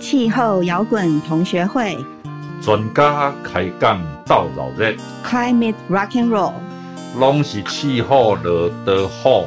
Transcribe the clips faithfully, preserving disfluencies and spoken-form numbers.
气候摇滚同学会， 专家开讲斗热热 Climate Rock and Roll， 拢是气候热得好。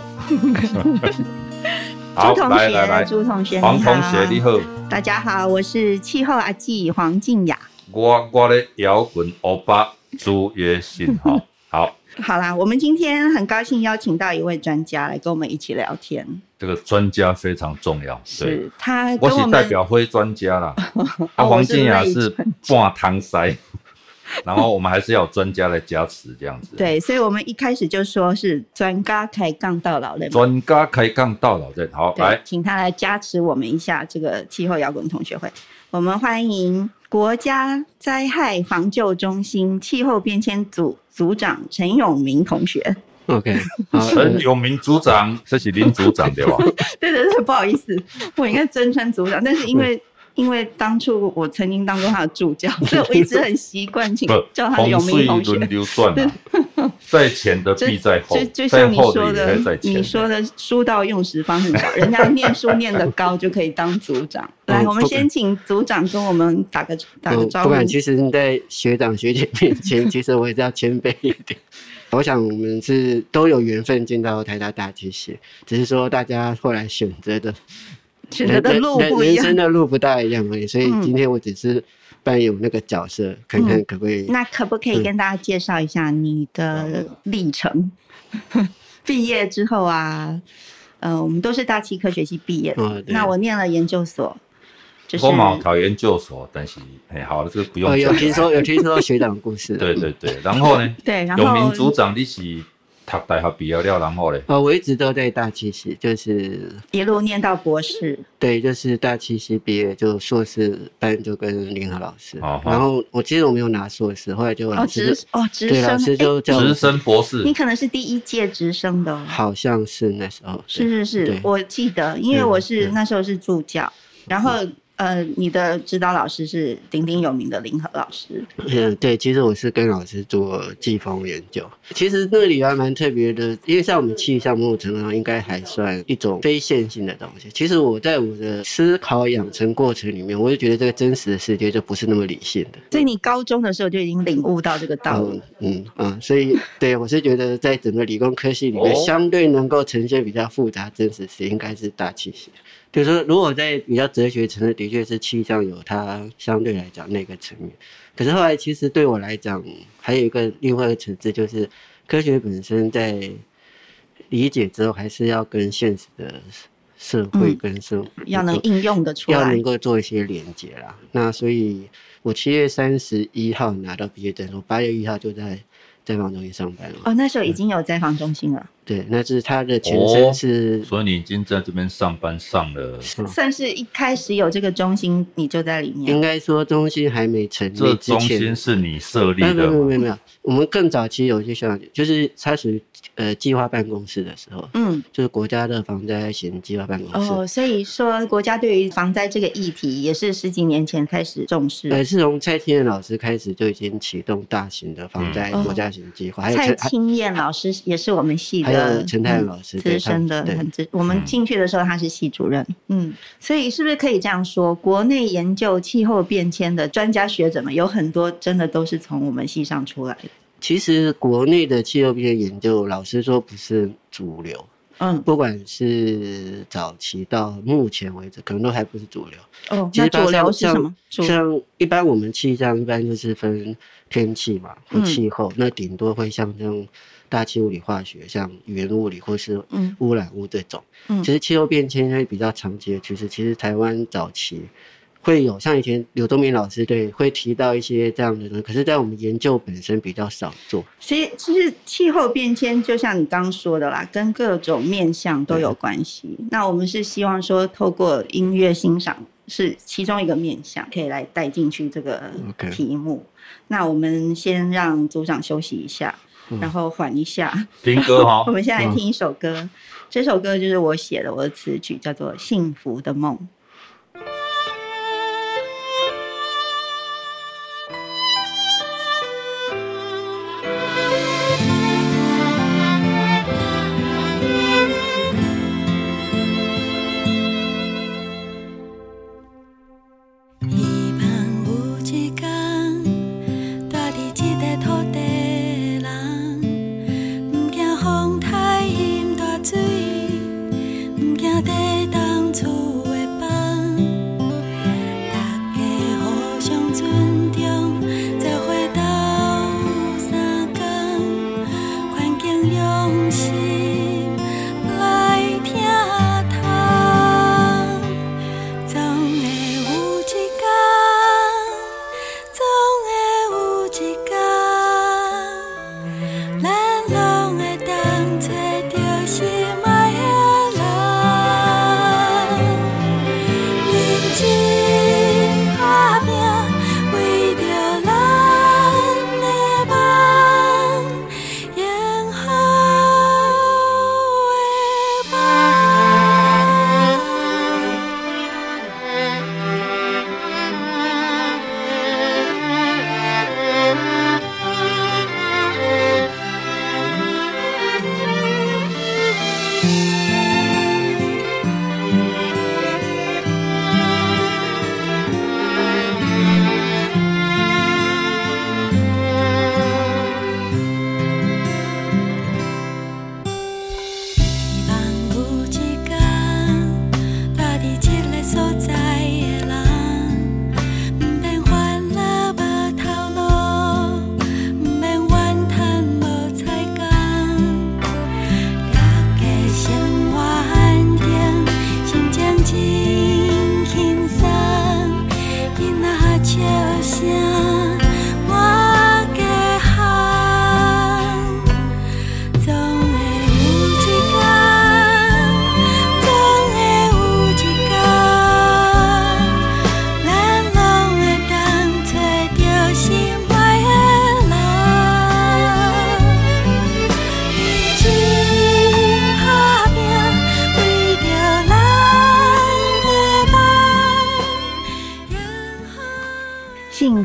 好，朱同学， 来来来， 朱同学， 黄同学你好， 大家好，我是气候阿纪黄静雅， 我我的摇滚欧巴朱约信好，好， 好啦，我们今天很高兴邀请到一位专家来跟我们一起聊天。 这个专家非常重要， 是他跟我是代表会专家啦，啊，黄静雅是半汤塞。然后我们还是要有专家来加持这样子。 对，所以我们一开始就说是专家开杠到老人。 专家开杠到老人，好，来， 请他来加持我们一下这个气候摇滚同学会。我们欢迎国家灾害防救中心气候变迁组组长陈永明同学。 OK， 陈永明组长，这是林组长对吧？ 对对对，不好意思，我应该尊称组长，但是因为。因为当初我曾经当过他的助教，所以我一直很习惯请叫他永明同学。 轮流转啊，在前的必在后， 就像你说的， 你说的书到用时方恨少，人家念书念得高就可以当组长。来，我们先请组长跟我们打个打个招呼。 不敢，其实你在学长学姐面前，其实我也是要谦卑一点。我想我们是都有缘分进到台大大气系，只是说大家后来选择的。 选择的路不一样， 人生的路不大一样而已，所以今天我只是扮演那个角色，嗯、看看可不可以。 那可不可以跟大家介绍一下你的历程？嗯、毕业之后啊，呃，我们都是大气科学系毕业的，哦、那我念了研究所，就是我冇考研究所，但是哎，好了，这个不用讲、 哦。有听说有听说学长的故事， 对对对，然后呢？ 对，然后永明组长你是。读大学毕业了，然后嘞？ 哦，我一直都在大气系，就是一路念到博士。 对，就是大气系毕业，就硕士班就跟联合老师。哦、然后我其实我没有拿硕士，后来就老师就哦，直对老师就叫直升博士。 你可能是第一届直升的、哦， 好像是那时候。 是是是，我记得，因为我是、嗯、那时候是助教，然后。呃，你的指导老师是鼎鼎有名的林和老师。 嗯，对，其实我是跟老师做季风研究。其实那里还蛮特别的，因为像我们气象某种程度上应该还算一种非线性的东西。其实我在我的思考养成过程里面，我就觉得这个真实的世界就不是那么理性的。 所以你高中的时候就已经领悟到这个道理。 嗯嗯嗯，所以对我是觉得在整个理工科系里面，相对能够呈现比较复杂真实世界，应该是大气系。就是说，如果在比较哲学层次，的确是气象有它相对来讲那个层面。可是后来，其实对我来讲，还有一个另外一个层次，就是科学本身在理解之后，还是要跟现实的社会跟生活、 嗯、要能应用的出来， 要能够做一些连结啦。那所以，我七月三十一号拿到毕业证书，八月一号就在灾防中心上班了。 哦，那时候已经有灾防中心了。 对，那是他的前身是、 哦，所以你已经在这边上班上了， 算是一开始有这个中心，你就在里面。 应该说中心还没成立之前， 这中心是你设立的吗？ 没有没有没有没有，我们更早期有些学长，就是它属于呃计划办公室的时候，嗯，就是国家的防灾型计划办公室。 哦，所以说国家对于防灾这个议题也是十几年前开始重视。 呃，是从蔡清燕老师开始就已经启动大型的防灾国家型计划。 嗯哦、蔡清燕老师也是我们系的。 陈泰老师资深的很资，我们进去的时候他是系主任，嗯，所以是不是可以这样说，国内研究气候变迁的专家学者们有很多真的都是从我们系上出来的？ 其实国内的气候变迁研究，老实说不是主流，嗯，不管是早期到目前为止，可能都还不是主流。 哦，那主流是什么？ 像一般我们气象一般就是分天气嘛，或气候，嗯、那顶多会像这种。大气物理化学，像语言物理或是污染物这种，嗯、其实气候变迁会比较常见的趋势。其实台湾早期会有，像以前柳宗明老师对会提到一些这样的人，可是在我们研究本身比较少做。 所以其实气候变迁就像你刚刚说的啦，跟各种面向都有关系。那我们是希望说透过音乐欣赏是其中一个面向，可以来带进去这个题目。Okay. 那我们先让组长休息一下。然后缓一下， 听歌哈。 我们现在来听一首歌，嗯、这首歌就是我写的，我的词曲叫做《幸福的梦》。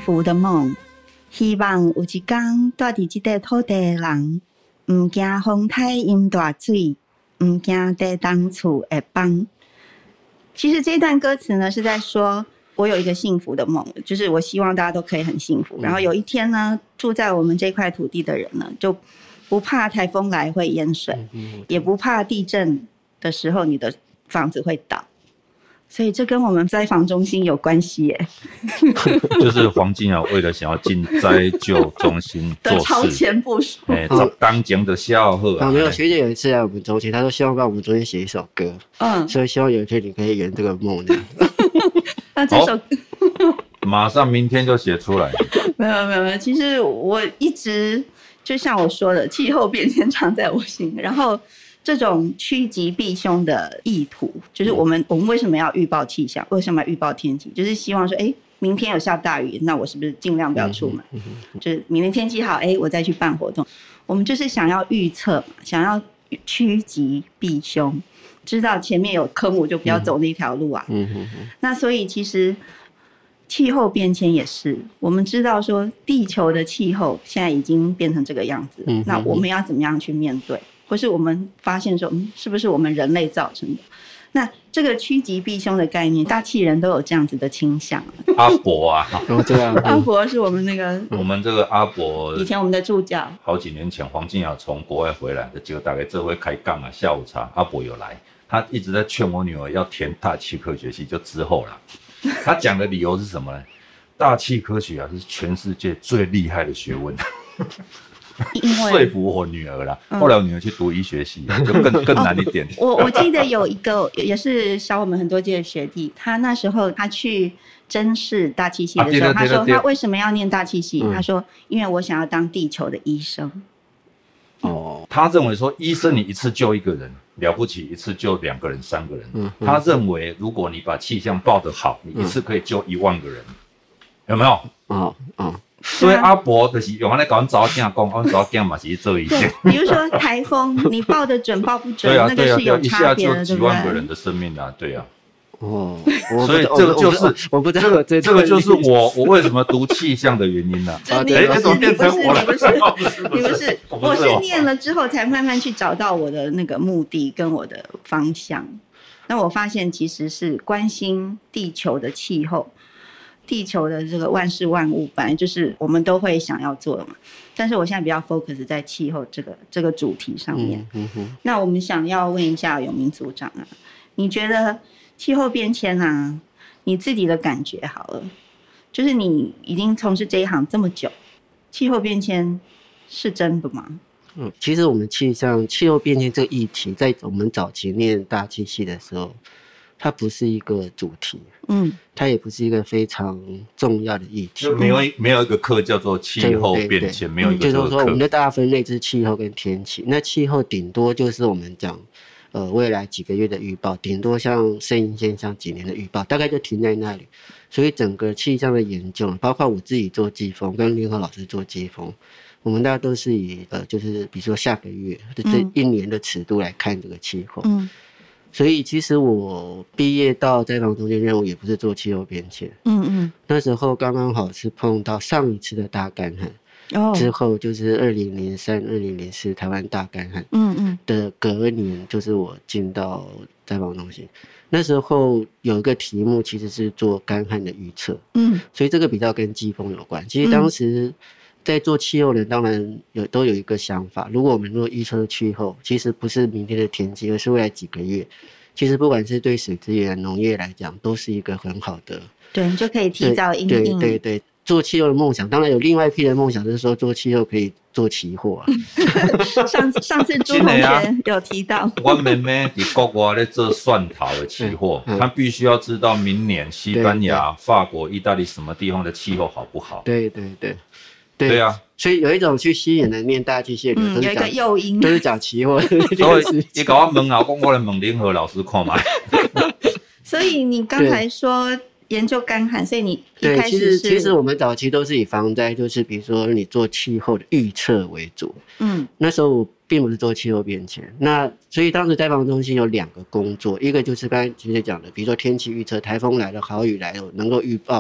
福的梦，希望有一天住伫这块土地的人，唔惊风台淹大水，唔惊地当厝会崩。其实这段歌词呢是在说，我有一个幸福的梦，就是我希望大家都可以很幸福。然后有一天呢，住在我们这块土地的人呢，就不怕台风来会淹水，也不怕地震的时候你的房子会倒。所以这跟我们灾防中心有关系耶。 就是黄金啊，为了想要进灾救中心做事， 超前部署， 哎、欸，当讲的笑话啊。 没有学姐有一次来我们中心，她说希望帮我们中心写一首歌，嗯，所以希望有一天你可以圆这个梦这样。 那这首马上明天就写出来。 没有没有没有，其实我一直就像我说的，气候变迁常在我心，然后。这种趋吉避凶的意图，就是我们我们为什么要预报气象？为什么要预报天气？就是希望说，哎，明天有下大雨，那我是不是尽量不要出门？就是明天天气好，哎，我再去办活动。我们就是想要预测，想要趋吉避凶，知道前面有坑，我就不要走那条路啊。那所以其实气候变迁也是，我们知道说地球的气候现在已经变成这个样子，那我们要怎么样去面对？或是我们发现说，嗯，是不是我们人类造成的？那这个趋吉避凶的概念，大气人都有这样子的倾向、啊。 阿伯啊， 这样。 阿伯是我们那个， 我们这个阿伯， 以前我们的助教， 好几年前黄金雅从国外回来的，结果大概这回开杠啊，下午茶，阿伯有来，他一直在劝我女儿要填大气科学系，就之后啦。他讲的理由是什么呢？大气科学啊，是全世界最厉害的学问。说服我女儿啦，后来我女儿去读医学系，就更更难一点。 哦、我我记得有一个也是小我们很多届的学弟，他那时候他去甄试大气系的时候，啊、他说他为什么要念大气系？嗯、他说因为我想要当地球的医生。 哦，他认为说医生你一次救一个人了不起，一次救两个人、三个人。嗯嗯、他认为如果你把气象报得好，你一次可以救一万个人，嗯、有没有？哦哦。所以阿伯就是用安尼跟阮查某囝讲，阮查某囝嘛是做医生。 比如说台风，你报得准报不准， 对啊、 那个是有差别的， 一下就几万个人的生命啊，对啊。 哦， 所以这个就是我不知道这个就是我我为什么读气象的原因呢、 啊？啊，对，怎么变成我了？你不是，你不是，我是念了之后才慢慢去找到我的那个目的跟我的方向。那我发现其实是关心地球的气候。地球的这个万事万物本来就是我们都会想要做的嘛，但是我现在比较 focus 在气候这个这个主题上面。嗯嗯、那我们想要问一下永明组长啊，你觉得气候变迁啊，你自己的感觉好了，就是你已经从事这一行这么久，气候变迁是真的吗？ 嗯，其实我们气象气候变迁这个议题，在我们早期念大气系的时候，它不是一个主题，嗯，它也不是一个非常重要的议题， 就没有没有一个课叫做气候变迁，没有一个就是说我们的大分类是气候跟天气，那气候顶多就是我们讲，呃，未来几个月的预报，顶多像圣婴现象几年的预报，大概就停在那里。所以整个气象的研究，包括我自己做季风，跟联合老师做季风，我们大家都是以呃，就是比如说下个月这一年的尺度来看这个气候。嗯。所以其实我毕业到灾防中心任务也不是做气候变迁，嗯嗯，那时候刚刚好是碰到上一次的大干旱，哦，之后就是二零零三、二零零四台湾大干旱，嗯嗯的隔年，就是我进到灾防中心，那时候有一个题目其实是做干旱的预测，嗯，所以这个比较跟季风有关。其实当时在做气候的，当然有都有一个想法，如果我们如果预测气候，其实不是明天的天气，而是未来几个月。其实不管是对水资源、农业来讲，都是一个很好的， 对，你就可以提早因应。 对对对，做气候的梦想，当然有另外一批人梦想，就是说做气候可以做期货啊。 上上次朱同学有提到， 我妹妹在国外在做蒜头的期货，她必须要知道明年西班牙、法国、意大利什么地方的气候好不好。 对对对。 对, 对啊， 所以有一种去吸引人念大气系的、 嗯，有一个诱因， 都是讲期货。所以你跟我问啊，我来问联合老师看嘛。 所以你刚才说研究干旱，所以你一开始是， 对，其实其实我们早期都是以防灾，就是比如说你做气候的预测为主。嗯，那时候我并不是做气候变迁，那所以当时灾防中心有两个工作，一个就是刚才学姐讲的，比如说天气预测，台风来了、豪雨来了，能够预报。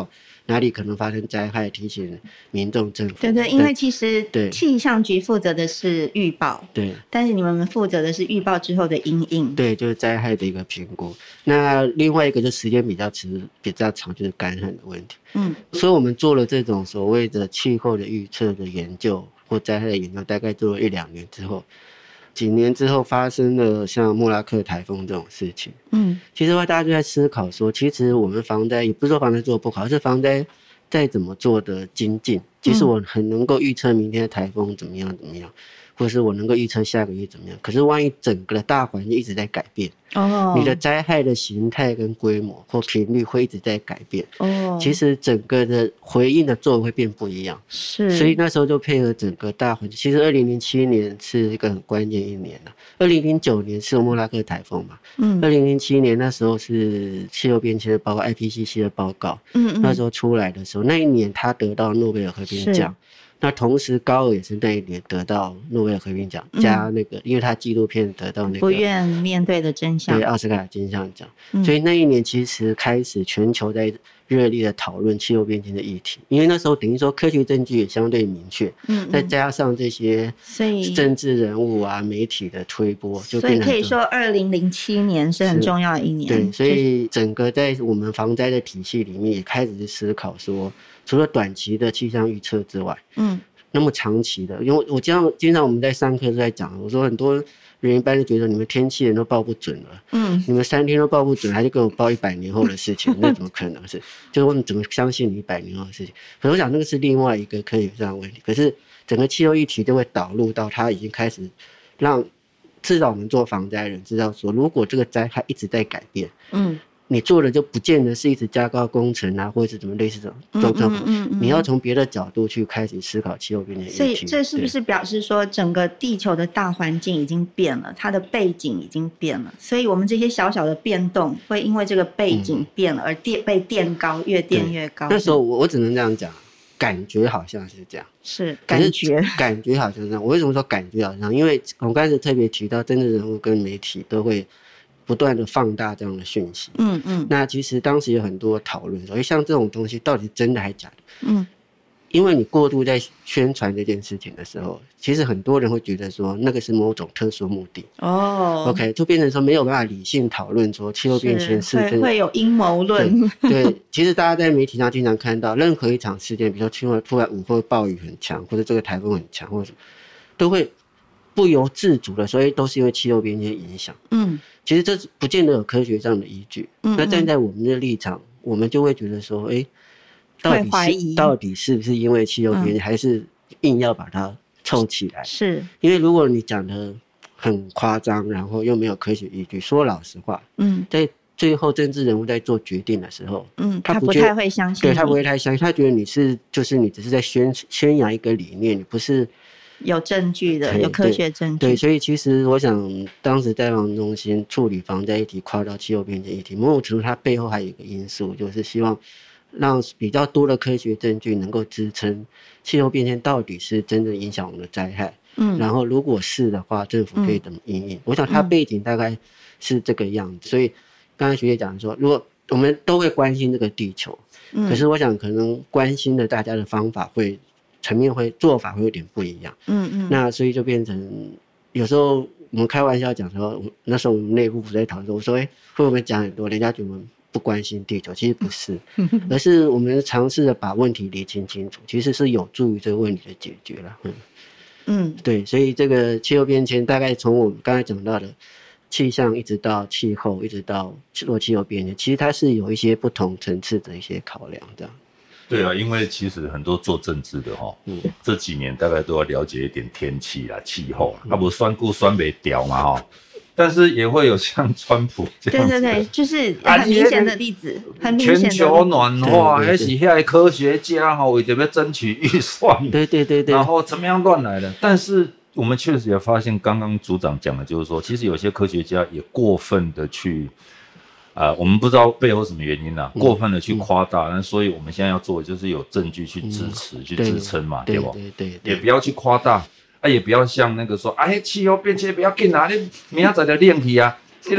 哪里可能发生灾害，提醒民众政府。 对对，因为其实对气象局负责的是预报， 对， 但是你们负责的是预报之后的因应， 对，就是灾害的一个评估。那另外一个就时间比较迟比较长，就是干旱的问题。嗯，所以我们做了这种所谓的气候的预测的研究或灾害的研究，大概做了一两年之后。几年之后发生了像莫拉克台风这种事情，嗯，其实大家就在思考说，其实我们防灾也不是说防灾做不好，而是防灾再怎么做的精进，即使我很能够预测明天的台风怎么样怎么样，或是我能够预测下个月怎么样，可是万一整个的大环境一直在改变，哦，你的灾害的形态跟规模或频率会一直在改变，哦，其实整个的回应的作为会变不一样，是，所以那时候就配合整个大环境。其实二零零七年是一个很关键一年了，二零零九年是莫拉克台风嘛，嗯，二零零七年那时候是气候变迁的报告 I P C C 的报告，嗯嗯，那时候出来的时候，那一年他得到诺贝尔和平奖。那同时高尔也是那一年得到诺贝尔和平奖，嗯，加那个因为他纪录片得到那个不愿面对的真相， 对，奥斯卡金像奖，嗯，所以那一年其实开始全球在热烈的讨论气候变迁的议题，因为那时候等于说科学证据也相对明确，嗯，再加上这些政治人物啊媒体的推波，就所以可以说二零零七年是很重要的一年， 对，所以整个在我们防灾的体系里面也开始思考说，除了短期的气象预测之外，嗯，那么长期的，因为我经常经常我们在上课都在讲，我说很多人一般就觉得你们天气人都报不准了，嗯，你们三天都报不准，还是给我报一百年后的事情，那怎么可能是？就是我们怎么相信你一百年后的事情？可是我想那个是另外一个科学上的问题。可是整个气候议题就会导入到它已经开始让至少我们做防灾人知道说，如果这个灾害一直在改变，嗯。你做的就不见得是一直加高工程啊，或者是怎么类似这种状况、嗯嗯嗯嗯，你要从别的角度去开始思考气候变迁议题。 所以这是不是表示说，整个地球的大环境已经变了，它的背景已经变了？所以我们这些小小的变动，会因为这个背景变了而垫被垫高，越垫越高。 那时候我我只能这样讲，感觉好像是这样， 是感觉感觉好像是这样。我为什么说感觉好像？因为我刚才特别提到，政治人物跟媒体都会不断的放大这样的讯息，嗯嗯，那其实当时有很多讨论说，像这种东西到底真的还假的？嗯，因为你过度在宣传这件事情的时候，其实很多人会觉得说那个是某种特殊目的哦 ，OK， 就变成说没有办法理性讨论说气候变迁是会会有阴谋论。 对，对，其实大家在媒体上经常看到，任何一场事件，比如说突然午后暴雨很强，或者这个台风很强，或者都会不由自主的，所以都是因为气候变迁影响。嗯，其实这不见得有科学上的依据。嗯嗯，那站在我们的立场，我们就会觉得说，哎，到底是到底是不是因为气候变迁，嗯，还是硬要把它凑起来？ 是， 因为如果你讲的很夸张，然后又没有科学依据，说老实话，嗯，在最后政治人物在做决定的时候，嗯， 他不太会相信， 对，他不会太相信，他觉得你是就是你只是在宣宣扬一个理念，你不是有证据的，有科学证据。 对，所以其实我想，当时灾防中心处理防灾议题跨到气候变迁议题，某种程度它背后还有一个因素，就是希望让比较多的科学证据能够支撑气候变迁到底是真正影响我们的灾害。嗯，然后如果是的话，政府可以怎么因应？嗯，我想它背景大概是这个样子。所以刚才学姐讲说，如果我们都会关心这个地球，嗯，可是我想可能关心的大家的方法会层面会做法会有点不一样，嗯嗯，那所以就变成有时候我们开玩笑讲说，那时候我们内部不在讨论，我说，哎，会不会讲很多，人家觉得我们不关心地球，其实不是，而是我们尝试着把问题理清清楚，其实是有助于这个问题的解决了，嗯嗯，对，所以这个气候变迁大概从我们刚才讲到的气象一直到气候，一直到做气候变迁，其实它是有一些不同层次的一些考量的。 对啊，因为其实很多做政治的哈，嗯，这几年大概都要了解一点天气啦、气候啦，啊不酸固酸不掉嘛哈，但是也会有像川普这样子， 对对对，就是很明显的例子，很明显的全球暖化，还是那些科学家哈为着要争取预算， 对对对对， 然后怎么样乱来的？但是我们确实也发现，刚刚组长讲的就是说，其实有些科学家也过分的去。呃，我们不知道背后什么原因啦、啊嗯，过分的去夸大，那、嗯、所以我们现在要做的就是有证据去支持、嗯、去支撑嘛， 对, 对不？ 对对 对, 对， 也不要去夸大，啊，也不要像那个说，哎，气候变迁不要紧啊，你明仔载就冷去啊，这个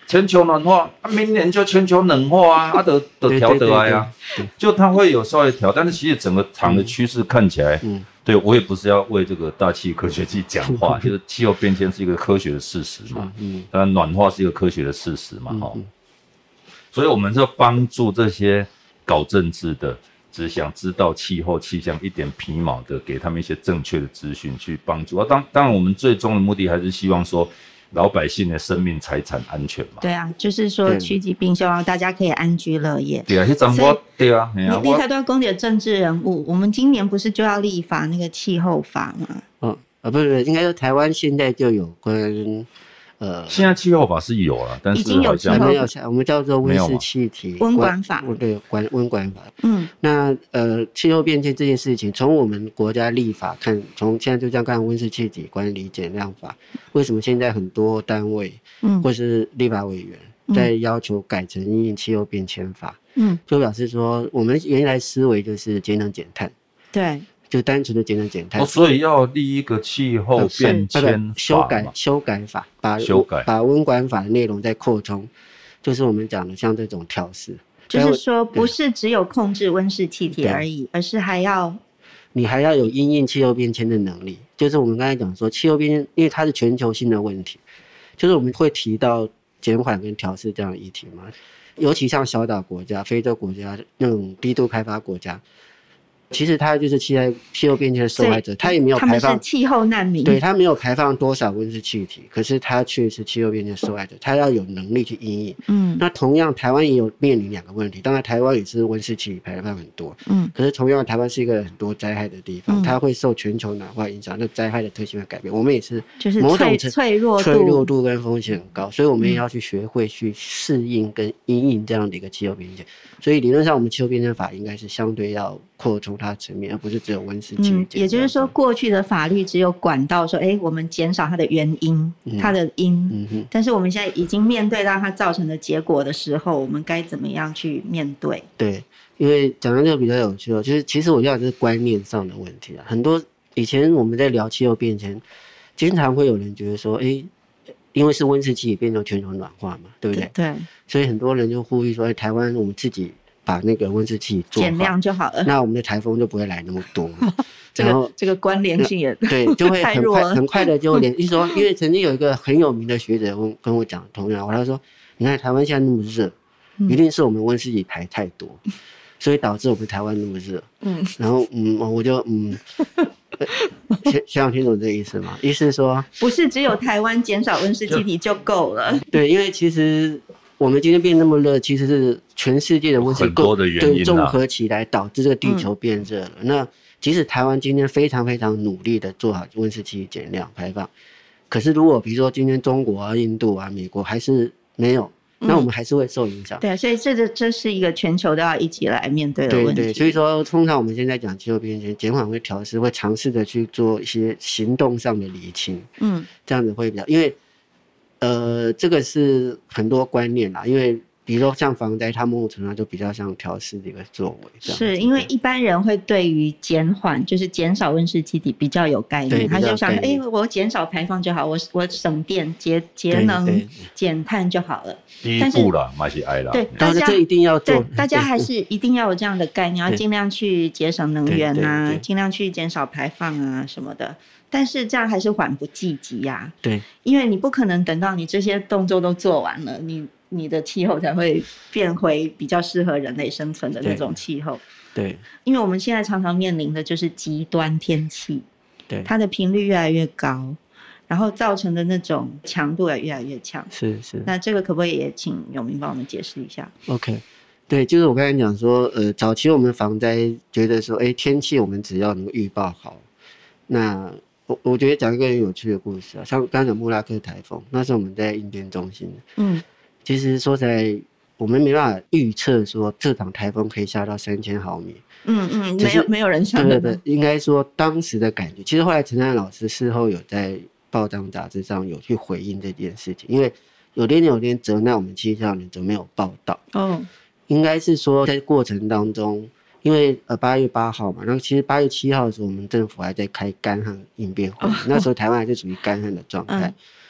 全球暖化，啊，明年就全球冷化啊，啊，得得调得来啊，就它会有稍微调，但是其实整个长的趋势看起来，嗯，对我也不是要为这个大气科学系讲话，就是气候变迁是一个科学的事实嘛，嗯，当然暖化是一个科学的事实嘛，哈、嗯嗯，所以我们就帮助这些搞政治的，只想知道气候气象一点皮毛的，给他们一些正确的资讯去帮助啊。当当然，我们最终的目的还是希望说。老百姓的生命财产安全嘛？ 对啊，就是说趋吉避凶，大家可以安居乐业。 对啊，那我对啊， 你你才都要攻击政治人物。我们今年不是就要立法那个气候法吗？ 哦，啊，不是不是，应该说台湾现在就有关。呃， 现在气候法是有了，但是已经有气候法，没有，我们叫做温室气体温管法， 对，管温管法。嗯，那呃，气候变迁这件事情，从我们国家立法看，从现在就这样看温室气体管理减量法，为什么现在很多单位，嗯，或是立法委员在要求改成因应气候变迁法，嗯，就表示说，我们原来思维就是节能减碳， 对。 就单纯的节能减碳、 哦，所以要立一个气候变迁法、 修改修改法，把修改把温管法的内容再扩充，就是我们讲的像这种调试， 就是说不是只有控制温室气体而已，而是还要你还要有因应气候变迁的能力。就是我们刚才讲说气候变迁，因为它是全球性的问题，就是我们会提到减缓跟调试这样的议题嘛，尤其像小岛国家、非洲国家那种低度开发国家。其实他就是气气候变迁的受害者，他也没有排放， 他们是气候难民， 对，他没有排放多少温室气体，可是他却是气候变迁受害者，他要有能力去因应。嗯，那同样台湾也有面临两个问题，当然台湾也是温室气体排放很多，嗯，可是同样台湾是一个很多灾害的地方，嗯、它会受全球暖化影响，那灾害的特性会改变，我们也是就是某种脆弱度脆弱度跟风险很高，所以我们也要去学会去适应跟因应这样的一个气候变迁。所以理论上，我们气候变迁法应该是相对要扩充它的层面，而不是只有温室气体、嗯。 也就是说，过去的法律只有管到说，哎，我们减少它的原因，嗯、它的因、嗯。但是我们现在已经面对到它造成的结果的时候，我们该怎么样去面对？ 对，因为讲到这个比较有趣哦，就是其实我觉得这是观念上的问题啊。很多以前我们在聊气候变迁，经常会有人觉得说，哎。因为是温室气体变成全球暖化嘛，对不对？ 对。 所以很多人就呼吁说，台湾我们自己把那个温室气体做好减量就好了， 那我们的台风就不会来那么多。 这个这个关联性也对，就会很快很快的就连。一说，因为曾经有一个很有名的学者跟跟我讲同样，他说，你看台湾现在那么热，一定是我们温室气体排太多，所以导致我们台湾那么热。嗯。然后嗯，我就嗯。学想清楚这个意思吗？意思是说， 不是只有台湾减少温室气体就够了。 对，因为其实我们今天变那么热，其实是全世界的温室很多的原因、啊、 综合起来导致这个地球变热了。嗯、那即使台湾今天非常非常努力的做好温室气体减量排放，可是如果比如说今天中国啊、印度啊、美国还是没有。那我们还是会受影响、嗯。 对，所以这个这是一个全球都要一起来面对的问题。 对对，所以说通常我们现在讲气候变迁，减缓会调试，会尝试的去做一些行动上的厘清。嗯，这样子会比较，因为呃，这个是很多观念啦，因为。比如说像防灾，它某种程度上就比较像调试的一个作为， 是因为一般人会对于减缓，就是减少温室气体比较有概念，他就想，哎、欸，我减少排放就好，我我省电、节节能、减碳就好了。 第一步啦，嘛是爱啦。 对，大家这一定要做， 对，大家还是一定要有这样的概念，要尽量去节省能源啊，尽量去减少排放啊什么的。但是这样还是缓不济急呀、啊。 对， 因为你不可能等到你这些动作都做完了，你。你的气候才会变回比较适合人类生存的那种气候。 对，对， 因为我们现在常常面临的就是极端天气， 对， 它的频率越来越高，然后造成的那种强度也越来越强。 是是。 那这个可不可以也请永明帮我们解释一下 ？OK， 对，就是我刚才讲说，呃，早期我们防灾觉得说，哎，天气我们只要能预报好，那我我觉得讲一个很有趣的故事啊，像刚才讲莫拉克台风，那是我们在应变中心，嗯。其实说实在，我们没办法预测说这场台风可以下到三千毫米。 嗯嗯，没有没有人想对对对，应该说当时的感觉。其实后来陈丹老师事后有在报章杂志上有去回应这件事情，因为有点有点责难我们气象人怎么没有报道。哦，应该是说在过程当中，因为呃八月八号嘛，然后其实八月七号的时候，我们政府还在开干旱应变会，哦、那时候台湾还是属于干旱的状态。嗯，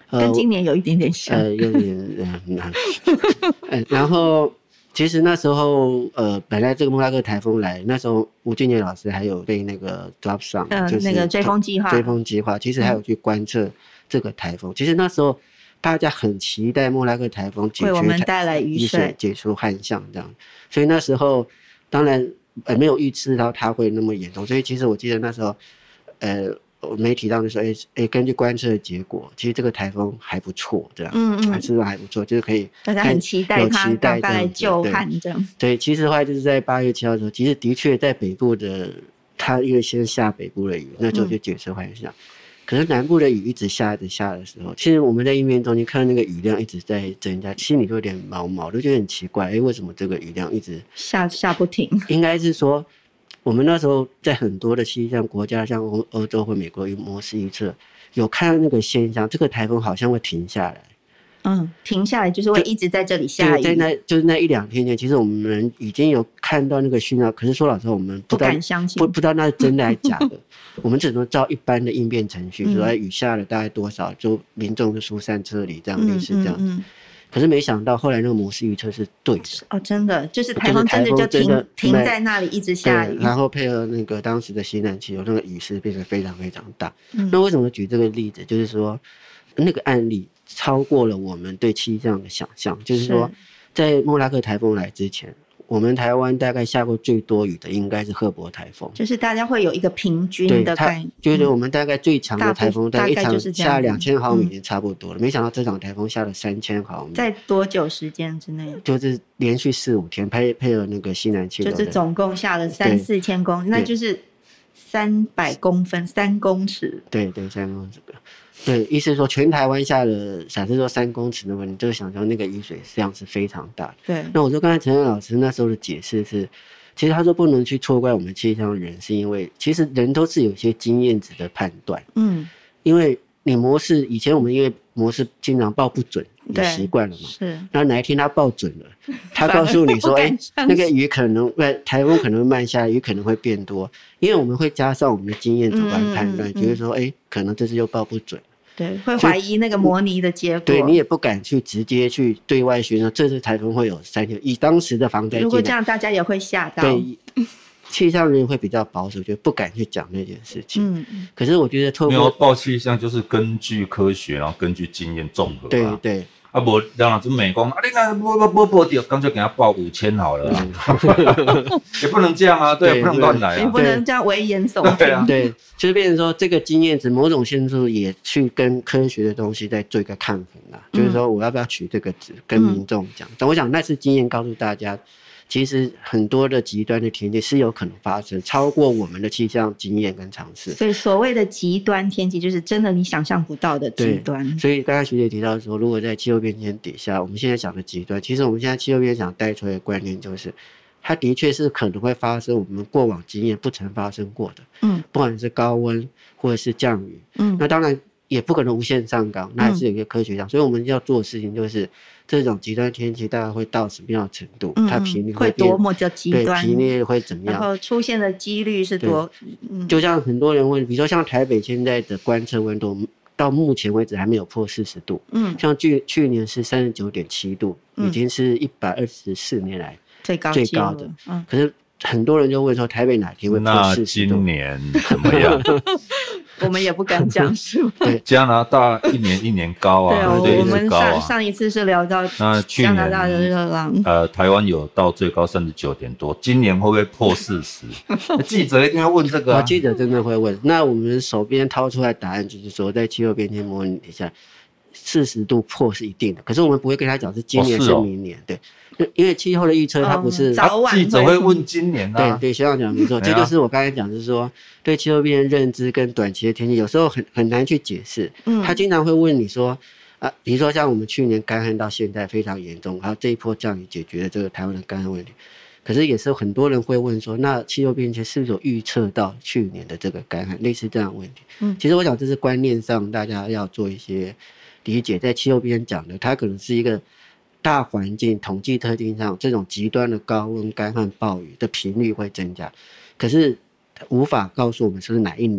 呃、跟今年有一点点像， 呃，有点嗯、呃，然后其实那时候呃，本来这个莫拉克台风来，那时候吴俊杰老师还有被那个 drop 上， 呃， 就是那个追风计划， 追风计划，其实还有去观测这个台风。嗯、其实那时候大家很期待莫拉克台风解决为我们带来雨水， 解除旱象这样。所以那时候当然呃没有预知到它会那么严重，所以其实我记得那时候呃。媒体当时说，哎、欸欸，根据观测的结果，其实这个台风还不错，这样，嗯嗯，还是还不错，就是可以， 大家很期待它赶快来救旱，这样。 对，其实后来就是在八月七号的时候，其实的确在北部的，它因为先下北部的雨，那时候就解除旱象。嗯、可是南部的雨一直下，一直下的时候，其实我们在应变中心看到那个雨量一直在增加，心里就有点毛毛，就觉得很奇怪，哎、欸，为什么这个雨量一直下下不停？应该是说。我们那时候在很多的气象国家，像欧欧洲或美国有模式预测，有看到那个现象，这个台风好像会停下来。 嗯，停下来就是会一直在这里下雨。 对，在那就是那一两天内，其实我们已经有看到那个讯号，可是说老实话，我们不不敢相信， 不不知道那是真的还是假的。我们只能照一般的应变程序，说、嗯、雨下了大概多少，就民众就疏散撤离，这样类似这样子。嗯嗯嗯可是没想到后来那个模式预测是对的哦，真的就是台风真的就停停在那里一直下雨， 然后配合那个当时的西南气流，那个雨势变得非常非常大。嗯、那为什么举这个例子？就是说那个案例超过了我们对气象的想象，就是说在莫拉克台风来之前。我们台湾大概下过最多雨的应该是赫伯台风， 就是大家会有一个平均的概念， 就是我们大概最强的台风，大概一场下两千毫米也差不多了。嗯、没想到这场台风下了三千毫米， 在多久时间之内？ 就是连续四五天，配配合那个西南气流， 就是总共下了三四千公，那就是三百公分，三公尺。 对对，三公尺。对，意思是说全台湾下了，假设说三公尺的话，你就想象那个雨水量是非常大的。 对。 那我说刚才陈老师那时候的解释是，其实他说不能去错怪我们气象人，是因为其实人都是有一些经验值的判断。嗯。因为你模式以前我们因为模式经常报不准，你习惯了嘛。是。然后哪一天他报准了，他告诉你说，哎、欸，那个雨可能台风可能会慢下，雨可能会变多，因为我们会加上我们的经验主观判断，觉得、嗯嗯嗯、说，哎、欸，可能这次又报不准。 对，会怀疑那个模拟的结果。 对，你也不敢去直接去对外宣说这次台风会有三天。以当时的防灾经验， 如果这样，大家也会吓到。 对，气象人会比较保守，就不敢去讲那件事情。嗯，可是我觉得透过没有报气象，就是根据科学，然后根据经验综合、啊。 对对。 啊，无让人就美讲啊，你看我我我报掉，干脆给他报五千好了、啊，嗯、也不能这样啊，对，对不能乱来啊， 也不能这样危言耸听。 对啊，对，就是变成说这个经验值某种限度也去跟科学的东西在做一个抗衡啦、嗯，就是说我要不要取这个值跟民众讲？但、嗯、我想那次经验告诉大家。其实很多的极端的天气是有可能发生，超过我们的气象经验跟常识。 所以所谓的极端天气，就是真的你想象不到的极端。 所以刚才学姐提到说，如果在气候变迁底下，我们现在讲的极端，其实我们现在气候变迁想带出来的观念就是，它的确是可能会发生我们过往经验不曾发生过的。嗯，不管是高温或者是降雨，嗯，那当然也不可能无限上纲，那还是有一个科学上、嗯。所以我们要做的事情就是。这种极端天气大概会到什么样的程度？嗯、它频率 会, 会多么的极端？ 对，频率会怎么样？ 然后出现的几率是多？ 嗯、就像很多人问，比如说像台北现在的观测温度，到目前为止还没有破四十度。嗯，像去去年是三十九点七度，已经是一百二十四年来最高最高的。嗯，可是很多人就问说，台北哪天会破四十度？ 那今年怎么样？ 我们也不敢讲是吗？ 对，加拿大一年一年高啊， 对，我们上上一次是聊到加拿大的热浪， 呃，台湾有到最高三十九点多，今年会不会破四十？记者一定会问这个、啊， 记者真的会问。那我们手边掏出来答案就是说，在气候变迁模拟底下，四十度破是一定的，可是我们不会跟他讲是今年是明年，哦、对，因为气候的预测它不是、 嗯、早晚记者会问今年啊， 对对，学长讲没错，这就是我刚才讲，就是说对气候变迁认知跟短期的天气有时候很很难去解释。嗯，他经常会问你说啊，比如说像我们去年干旱到现在非常严重，然后这一波降雨解决了这个台湾的干旱问题，可是也是很多人会问说，那气候变迁是不是有预测到去年的这个干旱，类似这样的问题？嗯，其实我想这是观念上大家要做一些理解，在气候变迁讲的，它可能是一个大环境统计特定上这种极端的高温、干旱、暴雨的频率会增加，可是无法告诉我们是哪一年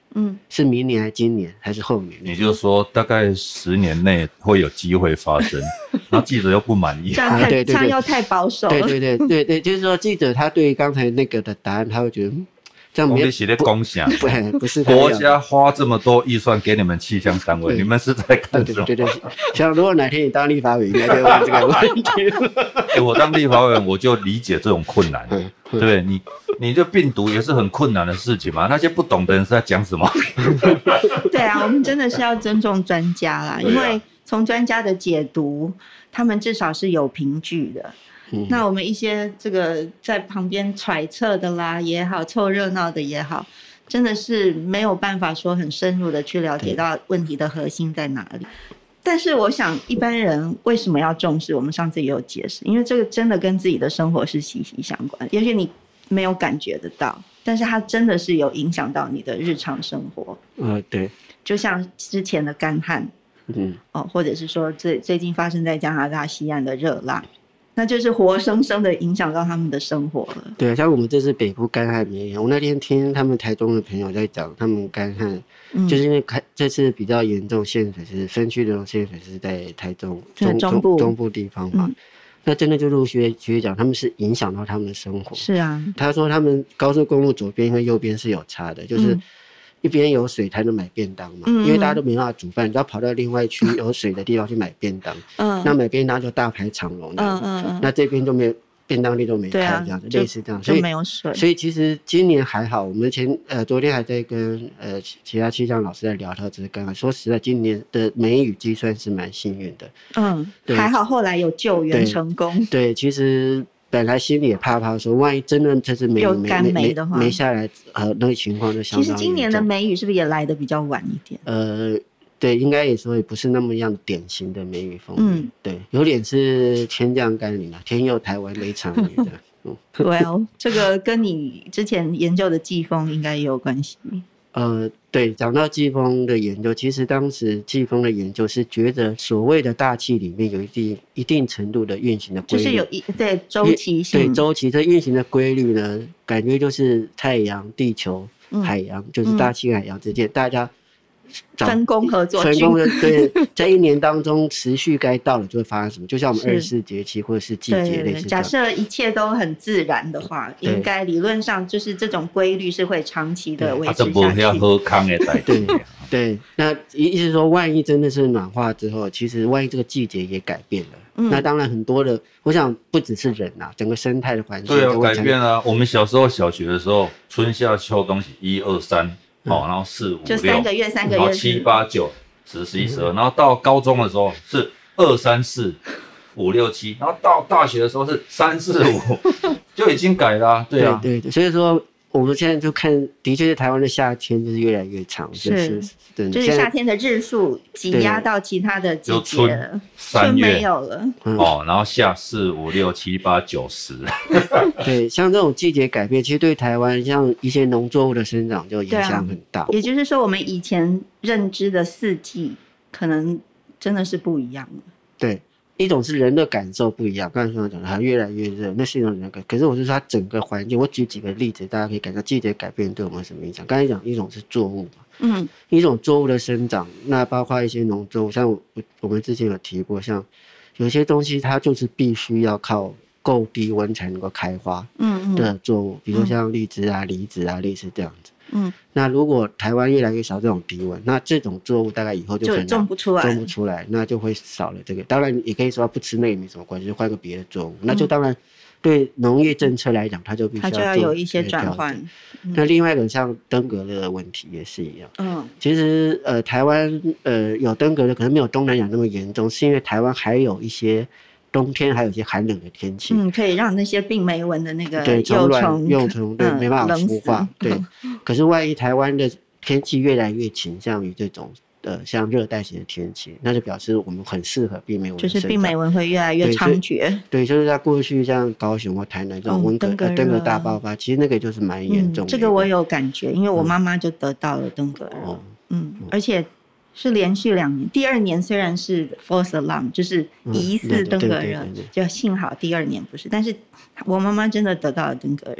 嗯，是明年还是今年还是后年？ 你就说大概十年内会有机会发生，然后记者又不满意， 这样太、啊、对对对这样又太保守了。 对对对对对，就是说记者他对于刚才那个的答案，他会觉得。这样你是在共享， 不是国家花这么多预算给你们气象单位，你们是在干什么？ 对对对，像如果哪天你当立法委员，应该就问这个问题。 欸、我当立法委员，我就理解这种困难。嗯、对不对？你你这病毒也是很困难的事情嘛，那些不懂的人是在讲什么？ 对啊，我们真的是要尊重专家啦，因为从专家的解读，他们至少是有凭据的。嗯、那我们一些这个在旁边揣测的啦也好，凑热闹的也好，真的是没有办法说很深入的去了解到问题的核心在哪里。但是我想一般人为什么要重视，我们上次也有解释，因为这个真的跟自己的生活是息息相关，也许你没有感觉得到，但是它真的是有影响到你的日常生活。 呃，对， 就像之前的干旱，嗯，哦，或者是说最最近发生在加拿大西岸的热浪，那就是活生生的影响到他们的生活了。 对啊，像我们这次北部干旱绵延，我那天听他们台中的朋友在讲，他们干旱、嗯、就是因为这次比较严重限水是分区的限水是在台中中中部中部地方嘛、嗯，那真的就陆续续讲，他们是影响到他们的生活。 是啊， 他说他们高速公路左边跟右边是有差的，就是一边有水才能买便当嘛，嗯、因为大家都没办法煮饭，你要跑到另外区有水的地方去买便当。嗯，那买便当就大排长龙。嗯嗯嗯，那这边就没有便当店都没开，这样子、啊、类似这样，所以没有水。 所以其实今年还好，我们前呃昨天还在跟呃其他气象老师在聊到这个刚刚说实在，今年的梅雨季算是蛮幸运的。 嗯，还好后来有救援成功。 对，对其实。本来心里也怕怕说，万一真的这次梅雨没没没没下来，呃，那个情况就相当严重。 其实今年的梅雨是不是也来得比较晚一点？ 呃，对，应该也说也不是那么样典型的梅雨风。嗯，对，有点是天降甘霖啊，天佑台湾每场雨的。嗯， 对哦，这个跟你之前研究的季风应该也有关系。 呃，对，讲到季风的研究，其实当时季风的研究是觉得所谓的大气里面有一定一定程度的运行的规律， 就是有一对周期性， 对周期这运行的规律呢，感觉就是太阳、地球、嗯、海洋，就是大气海洋之间、嗯、大家分工合作， 分工的对，在一年当中持续该到了就会发生什么，就像我们二十四节气或者是季节类似这样。对对对， 假设一切都很自然的话，应该理论上就是这种规律是会长期的维持下去。 啊，这不喝康的代对对，那意思说，万一真的是暖化之后，其实万一这个季节也改变了，嗯、那当然很多的，我想不只是人啊，整个生态的环境对啊改变啊。我们小时候小学的时候，春夏秋冬一二三。哦，然后四五六， 就三个月，三个月， 然后七八九十十一十二，然后到高中的时候是二三四五六七，然后到大学的时候是三四五，就已经改了、啊，对啊， 对 对, 对，所以说我们现在就看，的确是台湾的夏天就是越来越长，就是对，就是夏天的日数挤压到其他的季节了， 春没有了、 嗯、哦，然后夏四五六七八九十， 对，像这种季节改变，其实对台湾像一些农作物的生长就影响很大、啊。 也就是说，我们以前认知的四季可能真的是不一样了。 对。一种是人的感受不一样，刚才说讲的，它越来越热，那是一种人的感。可是我是说，它整个环境，我举几个例子，大家可以感受季节改变对我们有什么影响。刚才讲一种是作物嘛，嗯，一种作物的生长，那包括一些农作物，像我我们之前有提过，像有些东西它就是必须要靠够低温才能够开花，嗯的作物，比如像荔枝啊、梨子啊，类似这样子。嗯，那如果台湾越来越少这种低温，那这种作物大概以后就可能种不出来， 种不出来，那就会少了这个。当然，也可以说不吃那也没什么关系，就换个别的作物。嗯、那就当然对农业政策来讲，它就必须要做， 它就要有一些转换。 嗯、那另外一个像登革热的问题也是一样。嗯，其实呃，台湾呃有登革热，可能没有东南亚那么严重，是因为台湾还有一些。冬天还有一些寒冷的天气， 嗯，可以让那些病媒蚊的那个对幼虫幼虫对、嗯、没办法孵化，对。可是万一台湾的天气越来越倾向于这种呃像热带型的天气，那就表示我们很适合病媒蚊， 就是病媒蚊会越来越猖獗。 对，就是在过去像高雄或台南这种温革、嗯、登革热大爆发，其实那个就是蛮严重的、嗯。 这个我有感觉，因为我妈妈就得到了登革热，嗯，嗯而且。是连续两年，第二年虽然是 false alarm， 就是疑似登革热，就幸好第二年不是，但是我妈妈真的得到了登革热。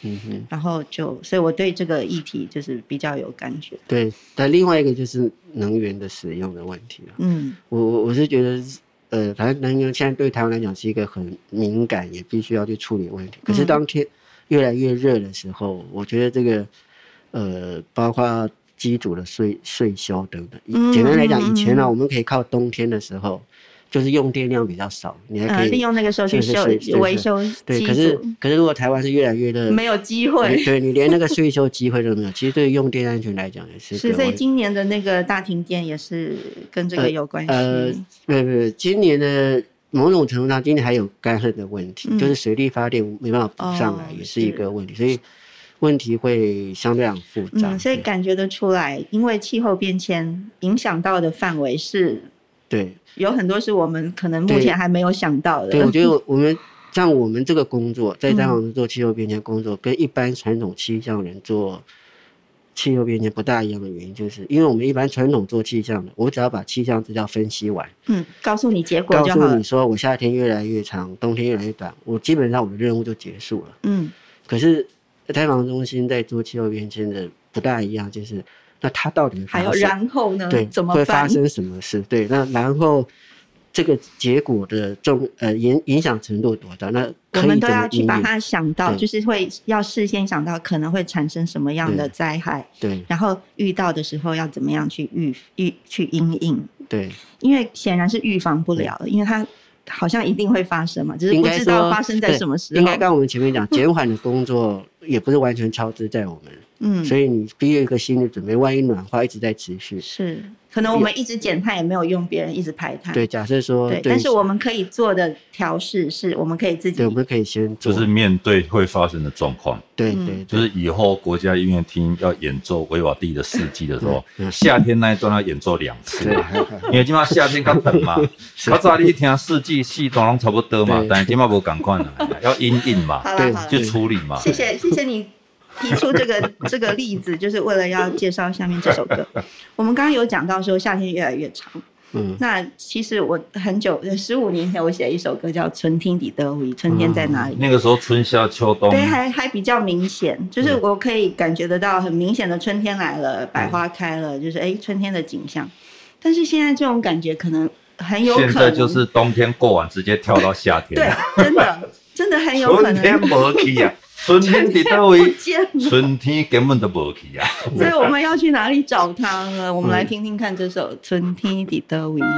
嗯哼， 然后就所以我对这个议题就是比较有感觉。 对，但另外一个就是能源的使用的问题了。 嗯， 我我我是觉得，呃，反正能源现在对台湾来讲是一个很敏感，也必须要去处理的问题。可是当天越来越热的时候，我觉得这个，呃，包括机组的税税收等等， 嗯简单来讲， 嗯以前呢、啊， 嗯我们可以靠冬天的时候，就是用电量比较少，你还可呃， 以、 利用那个时候去修是是是维修对， 机可是组， 可是如果台湾是越来越热， 没有机会。 对对你连那个税收机会都没有，其实对用电安全来讲也是是， 个问所以今年的那个大停电也是跟这个有关系。 呃，没有没有，今年的某种程度上，今年还有干旱的问题， 嗯就是水力发电没办法补上来， 哦也是一个问题，所以问题会相对很复杂。 嗯，所以感觉得出来，因为气候变迁影响到的范围是， 对， 有很多是我们可能目前还没有想到的。 对，我觉得我们像我们这个工作，在彰化做气候变迁工作，跟一般传统气象人做气候变迁不大一样的原因，就是因为我们一般传统做气象的，我只要把气象资料分析完， 嗯，告诉你结果告就好了。 诉你说我夏天越来越长，冬天越来越短，我基本上我的任务就结束了。 嗯， 可是太防中心在做气候变迁的不大一样，就是那它到底还有然后呢？ 对， 怎么会发办？ 生什么事？对，那然后这个结果的重呃影影响程度多大？那我可以们都要去怎么应应把它想到， 对就是会要事先想到可能会产生什么样的灾害， 对然后遇到的时候要怎么样去预预去因应， 对， 因为显然是预防不了的，因为它好像一定会发生嘛，只是不知应该说道发生在什么时候。 应该刚刚我们前面讲减缓的工作也不是完全超支在我们， 嗯， 所以你必须有一个心理准备，万一暖化一直在持续， 是可能我们一直减碳也没有用，别人一直排碳。 对，假设说对，但是我们可以做的调试是，我们可以自己， 对，我们可以先做， 就是面对会发生的状况。 对嗯对， 就是以后国家音乐厅要演奏维瓦蒂的四季的时候对， 夏天那一段要演奏两次对， 因为今嘛夏天较长嘛，较早你听四季四段拢差不多嘛对， 但是今嘛无同款啦，要因应嘛， 对好了好了， 去处理嘛。 谢谢谢谢你提出这个这个例子，就是为了要介绍下面这首歌。我们刚刚有讲到说夏天越来越长， 嗯， 那其实我很久十五年前我写一首歌叫《春天的德维》，春天在哪里？ 那个时候春夏秋冬， 对，还还比较明显，就是我可以感觉得到很明显的春天来了，百花开了，就是哎春天的景象。但是现在这种感觉可能很有可能， 现在就是冬天过完直接跳到夏天， 对，真的真的很有可能。 春天无去啊，春天在哪位不见了？ 春天根本都无去啊。 所以我们要去哪里找它呢？我们来听听看这首《春天的德维》。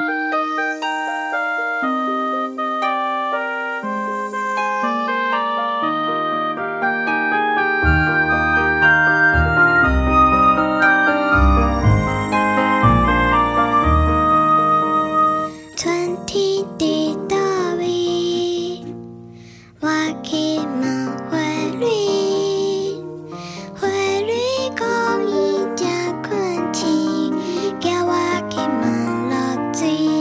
春天的倒位，我去问花蕊，花蕊讲伊正困醒，叫我去问落水。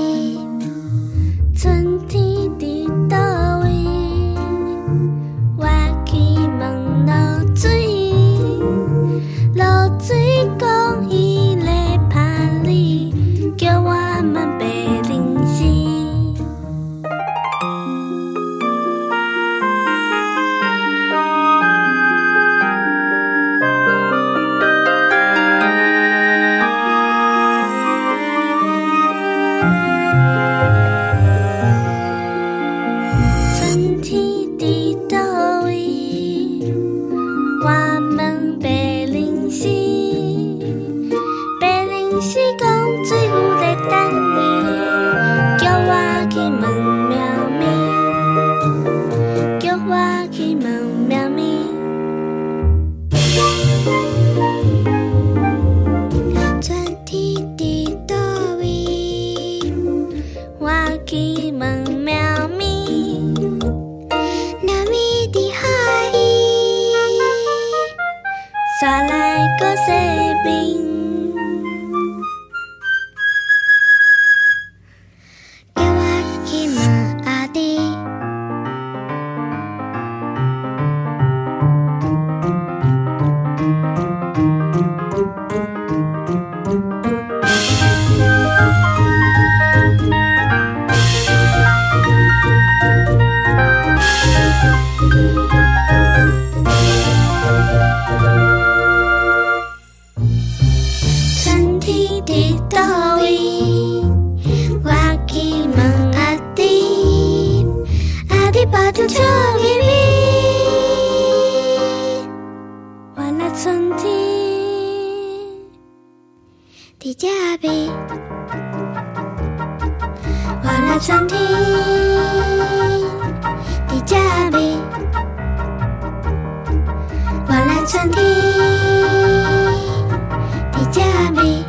来春天在这边，我来春天在这边。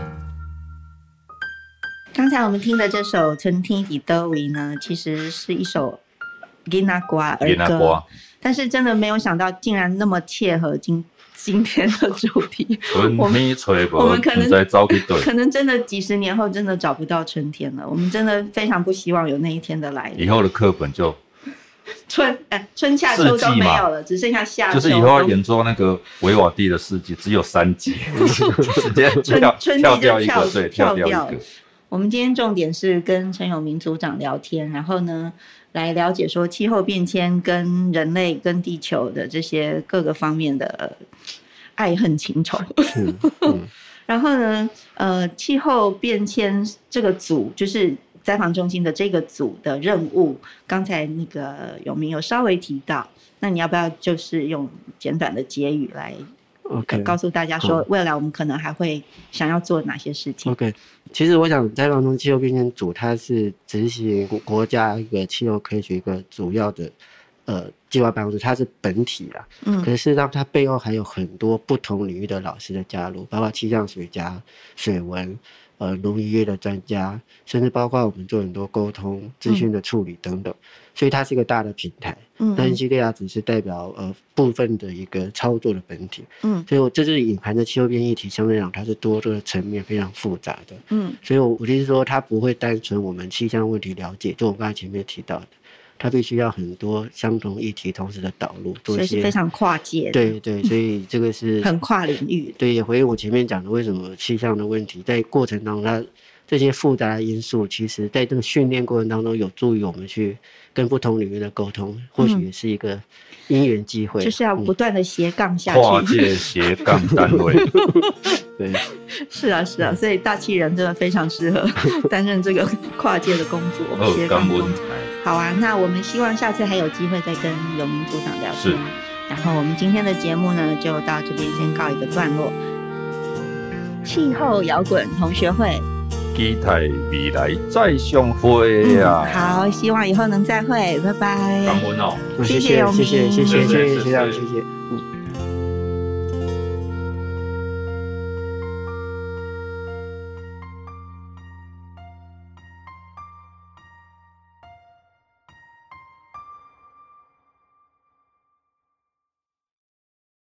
刚才我们听的这首《春天在倒位》呢，其实是一首囡仔歌儿囡仔歌歌， 但是真的没有想到，竟然那么切合今今天的主题。 春天吹我无， 们可能不知走去对。 可能真的几十年后真的找不到春天了。我们真的非常不希望有那一天的来临。 以后的课本就春呃春夏秋都没有了，只剩下夏秋。 就是以后要演做那个维瓦蒂的世纪，只有三集，直接跳春跳季就跳掉一个，对，跳跳掉掉一个。 我们今天重点是跟陈永明组长聊天，然后呢，来了解说气候变迁跟人类跟地球的这些各个方面的爱恨情仇。 嗯嗯然后呢，呃，气候变迁这个组就是灾防中心的这个组的任务，刚才那个永明有稍微提到，那你要不要就是用简短的结语来 ，OK， 告诉大家说，未来我们可能还会想要做哪些事情 OK， 其实我想，灾防中气候变迁组它是执行国家一个气候科学一个主要的呃计划办公室，它是本体啦。 嗯可是事实上，它背后还有很多不同领域的老师的加入，包括气象学家、水文、呃农渔业的专家，甚至包括我们做很多沟通、资讯的处理等等。所以它是一个大的平台。 嗯那 N C D R 只是代表呃部分的一个操作的本体。 嗯所以我这是隐含的气候变议题，相对来讲它是多个层面非常复杂的。 嗯所以我我就是说，它不会单纯我们气象问题了解，就我刚才前面提到的，它必须要很多相同议题同时的导入，做所一些以是非常跨界的， 对对，所以这个是很跨领域。 对，也回应我前面讲的，为什么气象的问题在过程当中，它这些复杂的因素，其实在这个训练过程当中，有助于我们去跟不同领域的沟通，或许也是一个因缘机会， 就是要不断的斜杠下去。 跨界斜杠单位。 对， 是啊是啊，所以大气人真的非常适合担任这个跨界的工作，斜二杠工作。 纲文才。 好啊，那我们希望下次还有机会再跟永明组长聊是天。然后我们今天的节目呢，就到这边先告一个段落。气候摇滚同学会， 期待未来再相会啊！ 嗯，好，希望以后能再会，拜拜。 感恩哦。 谢谢谢永谢谢谢明谢谢谢是是是谢谢谢是谢谢，嗯。